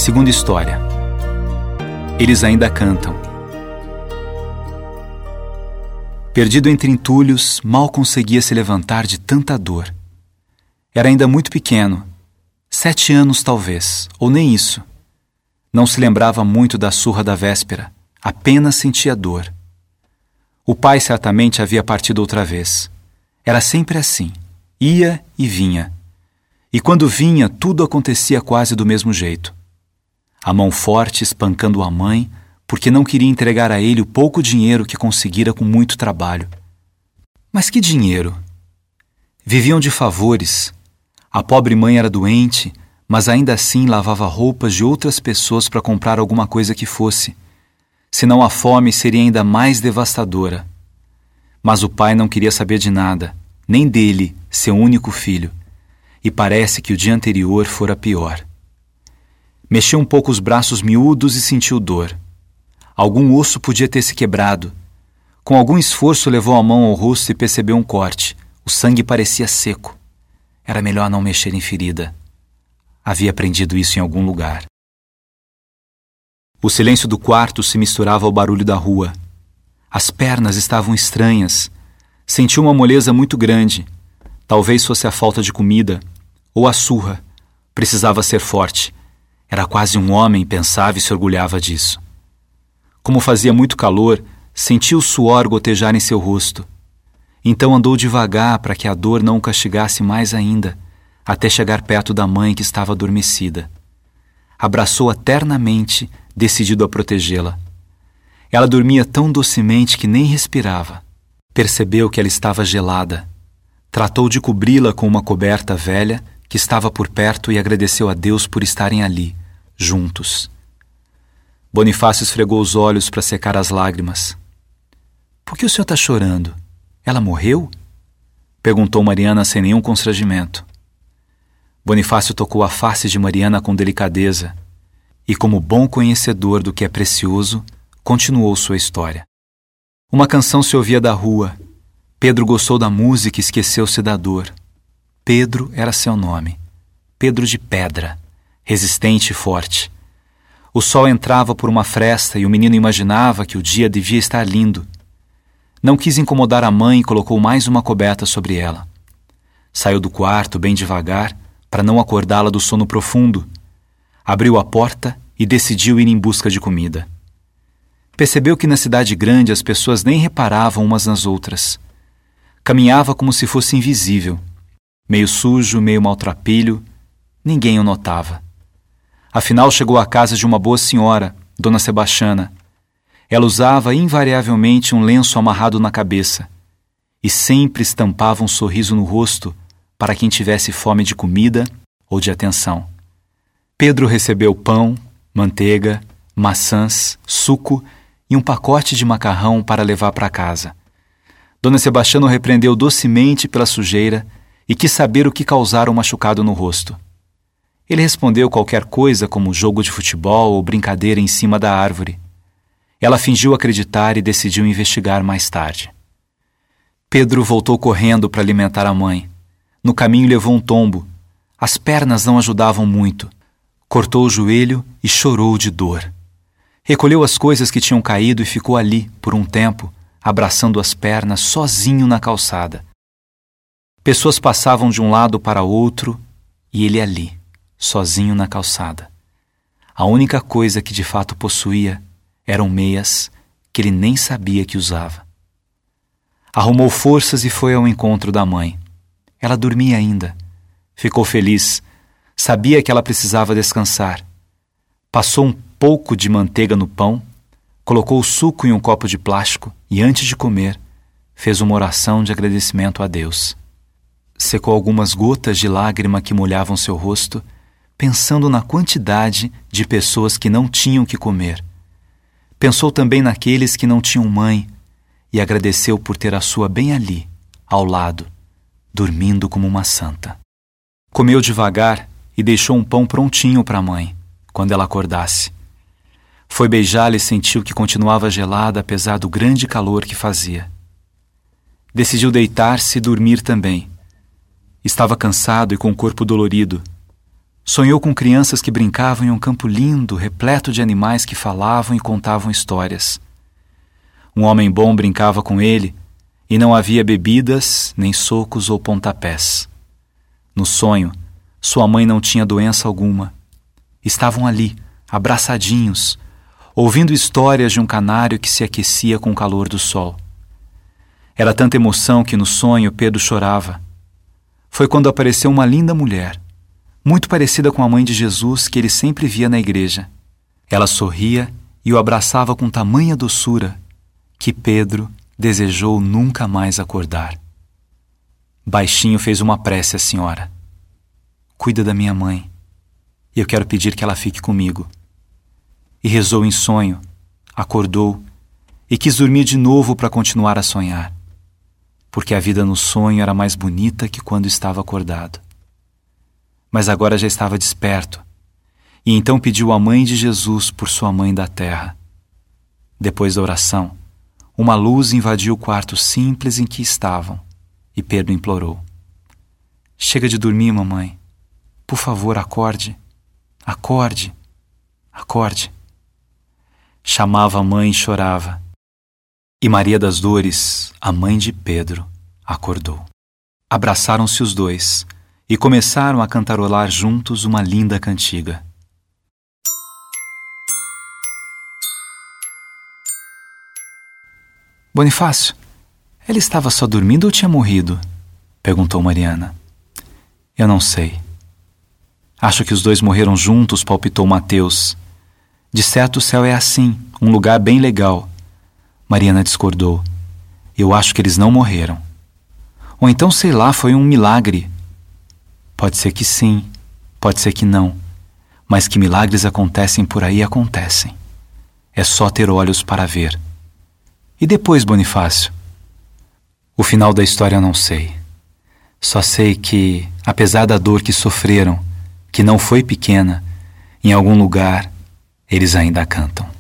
Segunda história. Eles ainda cantam. Perdido entre entulhos, mal conseguia se levantar de tanta dor. Era ainda muito pequeno, 7 anos talvez, ou nem isso. Não se lembrava muito da surra da véspera, apenas sentia dor. O pai certamente havia partido outra vez. Era sempre assim, ia e vinha. E quando vinha, tudo acontecia quase do mesmo jeito. A mão forte espancando a mãe, porque não queria entregar a ele o pouco dinheiro que conseguira com muito trabalho. Mas que dinheiro? Viviam de favores. A pobre mãe era doente, mas ainda assim lavava roupas de outras pessoas para comprar alguma coisa que fosse. Senão a fome seria ainda mais devastadora. Mas o pai não queria saber de nada, nem dele, seu único filho. E parece que o dia anterior fora pior. Mexeu um pouco os braços miúdos e sentiu dor. Algum osso podia ter se quebrado. Com algum esforço levou a mão ao rosto e percebeu um corte. O sangue parecia seco. Era melhor não mexer em ferida. Havia aprendido isso em algum lugar. O silêncio do quarto se misturava ao barulho da rua. As pernas estavam estranhas. Sentiu uma moleza muito grande. Talvez fosse a falta de comida, ou a surra. Precisava ser forte. Era quase um homem, pensava e se orgulhava disso. Como fazia muito calor, sentiu o suor gotejar em seu rosto. Então andou devagar para que a dor não o castigasse mais ainda, até chegar perto da mãe que estava adormecida. Abraçou-a ternamente, decidido a protegê-la. Ela dormia tão docemente que nem respirava. Percebeu que ela estava gelada. Tratou de cobri-la com uma coberta velha que estava por perto e agradeceu a Deus por estarem ali, juntos. Bonifácio esfregou os olhos para secar as lágrimas. — Por que o senhor está chorando? Ela morreu? Perguntou Mariana sem nenhum constrangimento. Bonifácio tocou a face de Mariana com delicadeza e, como bom conhecedor do que é precioso, continuou sua história. Uma canção se ouvia da rua. Pedro gostou da música e esqueceu-se da dor. Pedro era seu nome. Pedro de pedra, resistente e forte. O sol entrava por uma fresta e o menino imaginava que o dia devia estar lindo. Não quis incomodar a mãe e colocou mais uma coberta sobre ela. Saiu do quarto bem devagar para não acordá-la do sono profundo. Abriu a porta e decidiu ir em busca de comida. Percebeu que na cidade grande as pessoas nem reparavam umas nas outras. Caminhava como se fosse invisível. Meio sujo, meio maltrapilho, ninguém o notava. Afinal, chegou à casa de uma boa senhora, Dona Sebastiana. Ela usava invariavelmente um lenço amarrado na cabeça e sempre estampava um sorriso no rosto para quem tivesse fome de comida ou de atenção. Pedro recebeu pão, manteiga, maçãs, suco e um pacote de macarrão para levar para casa. Dona Sebastiana o repreendeu docemente pela sujeira e quis saber o que causara o machucado no rosto. Ele respondeu qualquer coisa como jogo de futebol ou brincadeira em cima da árvore. Ela fingiu acreditar e decidiu investigar mais tarde. Pedro voltou correndo para alimentar a mãe. No caminho levou um tombo. As pernas não ajudavam muito. Cortou o joelho e chorou de dor. Recolheu as coisas que tinham caído e ficou ali, por um tempo, abraçando as pernas sozinho na calçada. Pessoas passavam de um lado para outro e ele ali, sozinho na calçada. A única coisa que de fato possuía eram meias que ele nem sabia que usava. Arrumou forças e foi ao encontro da mãe. Ela dormia ainda. Ficou feliz. Sabia que ela precisava descansar. Passou um pouco de manteiga no pão, colocou o suco em um copo de plástico e, antes de comer, fez uma oração de agradecimento a Deus. Secou algumas gotas de lágrima que molhavam seu rosto, pensando na quantidade de pessoas que não tinham que comer. Pensou também naqueles que não tinham mãe e agradeceu por ter a sua bem ali, ao lado, dormindo como uma santa. Comeu devagar e deixou um pão prontinho para a mãe, quando ela acordasse. Foi beijá-la e sentiu que continuava gelada apesar do grande calor que fazia. Decidiu deitar-se e dormir também. Estava cansado e com o corpo dolorido. Sonhou com crianças que brincavam em um campo lindo, repleto de animais que falavam e contavam histórias. Um homem bom brincava com ele e não havia bebidas, nem socos ou pontapés. No sonho, sua mãe não tinha doença alguma. Estavam ali, abraçadinhos, ouvindo histórias de um canário que se aquecia com o calor do sol. Era tanta emoção que no sonho Pedro chorava. Foi quando apareceu uma linda mulher, muito parecida com a mãe de Jesus que ele sempre via na igreja. Ela sorria e o abraçava com tamanha doçura que Pedro desejou nunca mais acordar. Baixinho fez uma prece à senhora. Cuida da minha mãe, e eu quero pedir que ela fique comigo. E rezou em sonho, acordou e quis dormir de novo para continuar a sonhar, porque a vida no sonho era mais bonita que quando estava acordado. Mas agora já estava desperto, e então pediu à mãe de Jesus por sua mãe da terra. Depois da oração, uma luz invadiu o quarto simples em que estavam, e Pedro implorou: chega de dormir, mamãe. Por favor, acorde. Acorde. Acorde. Chamava a mãe e chorava. E Maria das Dores, a mãe de Pedro, acordou. Abraçaram-se os dois e começaram a cantarolar juntos uma linda cantiga. Bonifácio, ela estava só dormindo ou tinha morrido? Perguntou Mariana. Eu não sei. Acho que os dois morreram juntos, palpitou Mateus. De certo o céu é assim, um lugar bem legal. Mariana discordou. Eu acho que eles não morreram. Ou então, sei lá, foi um milagre. Pode ser que sim, pode ser que não. Mas que milagres acontecem por aí, acontecem. É só ter olhos para ver. E depois, Bonifácio? O final da história eu não sei. Só sei que, apesar da dor que sofreram, que não foi pequena, em algum lugar eles ainda cantam.